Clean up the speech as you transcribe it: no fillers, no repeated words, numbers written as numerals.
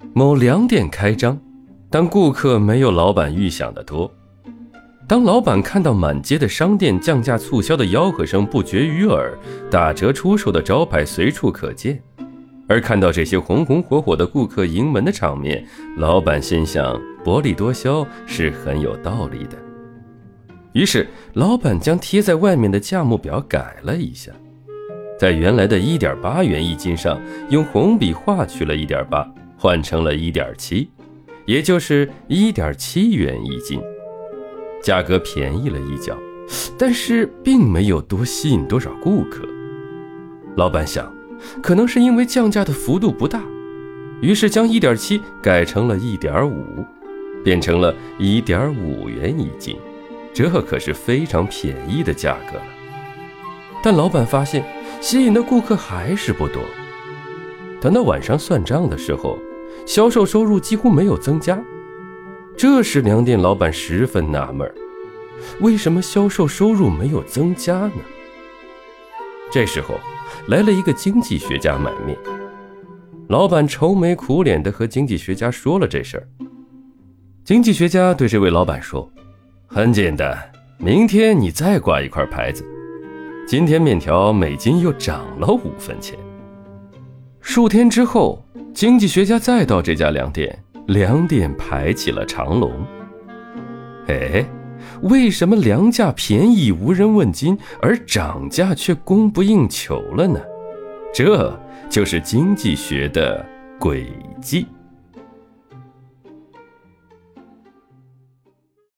某粮店开张，但顾客没有老板预想的多。当老板看到满街的商店降价促销的吆喝声不绝于耳，打折出售的招牌随处可见，而看到这些红红火火的顾客迎门的场面，老板心想薄利多销是很有道理的。于是老板将贴在外面的价目表改了一下，在原来的 1.8 元一斤上用红笔划去了 1.8， 换成了 1.7， 也就是 1.7 元一斤。价格便宜了一角，但是并没有多吸引多少顾客。老板想，可能是因为降价的幅度不大，于是将 1.7 改成了 1.5， 变成了 1.5 元一斤，这可是非常便宜的价格了。但老板发现吸引的顾客还是不多。等到晚上算账的时候，销售收入几乎没有增加。这时粮店老板十分纳闷，为什么销售收入没有增加呢？这时候来了一个经济学家买面，老板愁眉苦脸地和经济学家说了这事儿。经济学家对这位老板说，很简单，明天你再挂一块牌子，今天面条每斤又涨了5分钱。数天之后，经济学家再到这家粮店，粮店排起了长龙。为什么粮价便宜无人问津，而涨价却供不应求了呢？这就是经济学的轨迹。